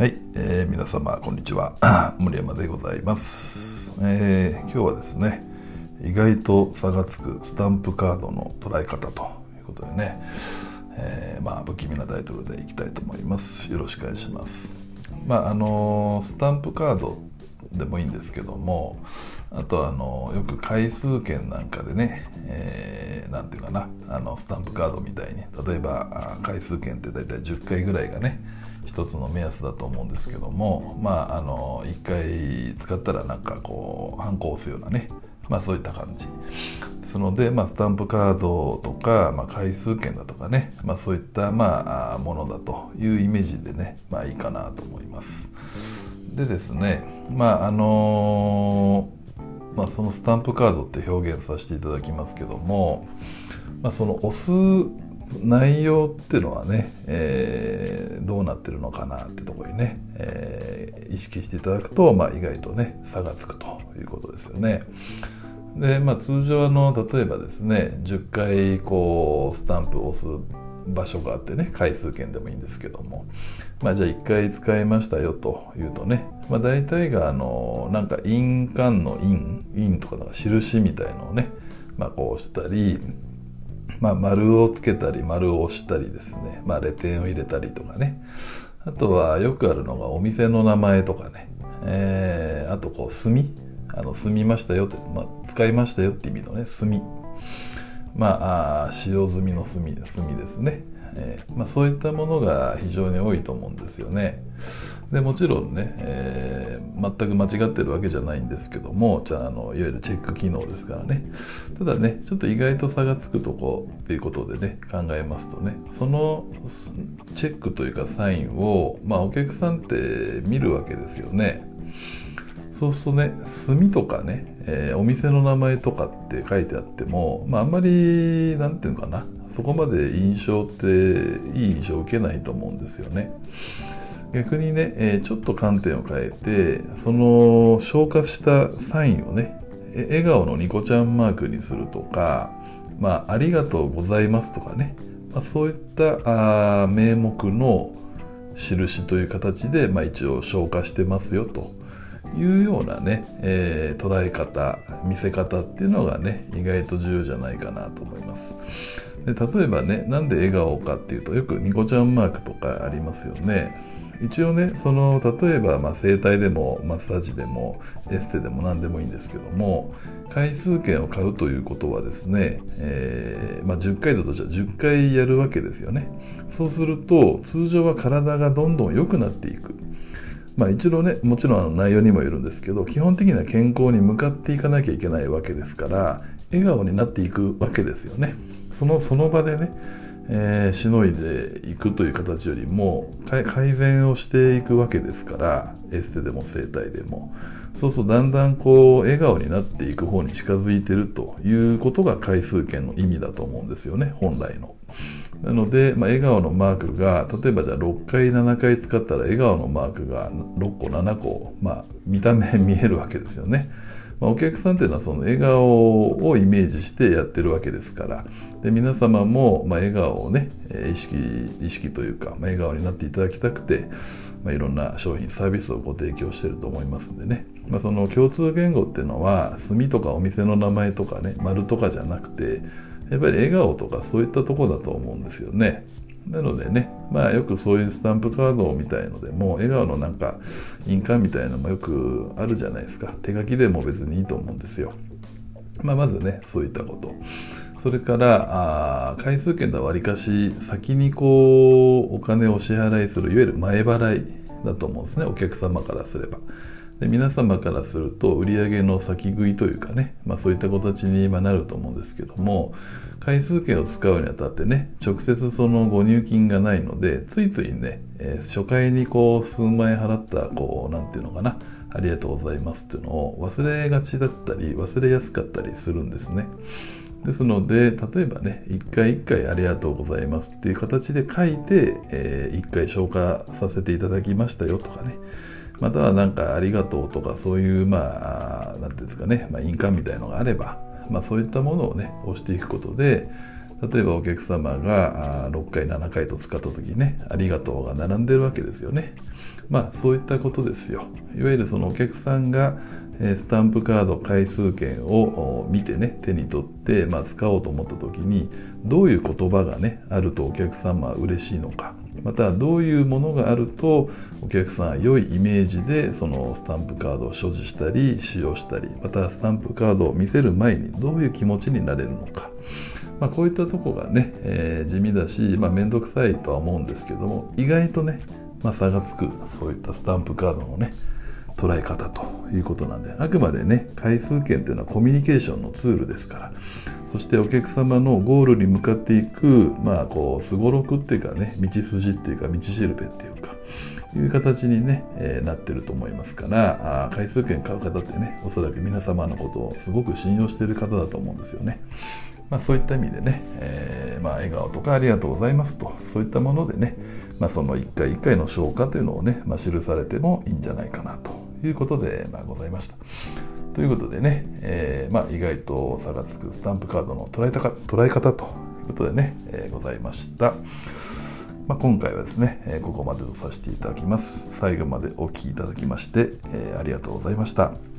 はい、皆様こんにちは森山でございます。今日はですね、意外と差がつくスタンプカードの捉え方ということでね、不気味なタイトルでいきたいと思います。よろしくお願いします。スタンプカードでもいいんですけども、あとよく回数券なんかでね、なんていうかな、スタンプカードみたいに、例えば回数券ってだいたい10回ぐらいがね一つの目安だと思うんですけども、1回使ったらなんかこう反抗するようなね、そういった感じですので、スタンプカードとか、回数券だとかね、そういったものだというイメージでね、いいかなと思います。でですね、そのスタンプカードって表現させていただきますけども、その押す内容っていうのはね、どうなってるのかなってところにね、意識していただくと、意外とね差がつくということですよね。で、通常例えばですね10回こうスタンプを押す場所があってね、回数券でもいいんですけども、じゃあ1回使いましたよというとね、大体がなんか印鑑の印とかなんか印みたいのをね、こうしたり、丸をつけたり丸を押したりですね、レ点を入れたりとかね、あとはよくあるのがお店の名前とかね、あとこう墨、墨みましたよって、使いましたよって意味のね墨、使用済みの墨ですね、そういったものが非常に多いと思うんですよね。でもちろんね、全く間違ってるわけじゃないんですけども、いわゆるチェック機能ですからね。ただね、ちょっと意外と差がつくとこっていうことでね考えますとね、そのチェックというかサインを、お客さんって見るわけですよね。そうするとね、墨とかね、お店の名前とかって書いてあっても、あんまりなんていうのかな、そこまでいい印象を受けないと思うんですよね。逆にね、ちょっと観点を変えて、その消化したサインをね、笑顔のニコちゃんマークにするとか、ありがとうございますとかね、そういった名目の印という形で、一応消化してますよというようなね、捉え方、見せ方っていうのがね意外と重要じゃないかなと思います。で、例えばね、なんで笑顔かっていうと、よくニコちゃんマークとかありますよね。一応ね、例えば整体でもマッサージでもエステでも何でもいいんですけども、回数券を買うということはですね、10回だとじゃあ10回やるわけですよね。そうすると通常は体がどんどん良くなっていく。一度ね、もちろん内容にもよるんですけど、基本的には健康に向かっていかなきゃいけないわけですから、笑顔になっていくわけですよね。その場でね、しのいでいくという形よりも改善をしていくわけですから、エステでも整体でも、そうするとだんだんこう笑顔になっていく方に近づいているということが回数券の意味だと思うんですよね、本来の。なので、笑顔のマークが例えばじゃあ6回7回使ったら笑顔のマークが6個7個、見た目見えるわけですよね。お客さんというのはその笑顔をイメージしてやってるわけですから、で皆様も笑顔をね意識というか、笑顔になっていただきたくて、いろんな商品サービスをご提供していると思いますんでね、その共通言語っていうのは墨とかお店の名前とかね丸とかじゃなくて、やっぱり笑顔とかそういったところだと思うんですよね。なのでね、よくそういうスタンプカードみたいのでも笑顔のなんか印鑑みたいなのもよくあるじゃないですか。手書きでも別にいいと思うんですよ。まずね、そういったこと。それから回数券ではわりかし先にこうお金をお支払いする、いわゆる前払いだと思うんですね、お客様からすれば。で皆様からすると売上の先食いというかね、そういった形になると思うんですけども、回数券を使うにあたってね、直接そのご入金がないので、ついついね、初回にこう数万円払ったこうなんていうのかな、ありがとうございますっていうのを忘れがちだったり忘れやすかったりするんですね。ですので、例えばね、一回一回ありがとうございますっていう形で書いて、一回消化させていただきましたよとかね、またはなんかありがとうとか、そういうなんていうんですかね、印鑑みたいのがあれば、そういったものをね押していくことで、 例えばお客様が6回7回と使った時にね、ありがとうが並んでるわけですよね。そういったことですよ。いわゆるそのお客さんがスタンプカード回数券を見てね、手に取って、使おうと思った時にどういう言葉がねあるとお客様は嬉しいのか、またどういうものがあるとお客さんは良いイメージでそのスタンプカードを所持したり使用したり、またスタンプカードを見せる前にどういう気持ちになれるのか、こういったとこがね、地味だし、めんどくさいとは思うんですけども、意外とね、差がつくそういったスタンプカードのね捉え方ということなんで、あくまでね回数券というのはコミュニケーションのツールですから、そしてお客様のゴールに向かっていくすごろくっていうかね、道筋っていうか道しるべっていうかいう形にね、なってると思いますから、回数券買う方ってね、おそらく皆様のことをすごく信用している方だと思うんですよね。そういった意味でね、笑顔とかありがとうございますと、そういったものでね、その一回一回の消化というのをね、記されてもいいんじゃないかなということで、ございました。ということでね、意外と差がつくスタンプカードの捉え方ということでね、ございました。今回はですね、ここまでとさせていただきます。最後までお聞きいただきまして、ありがとうございました。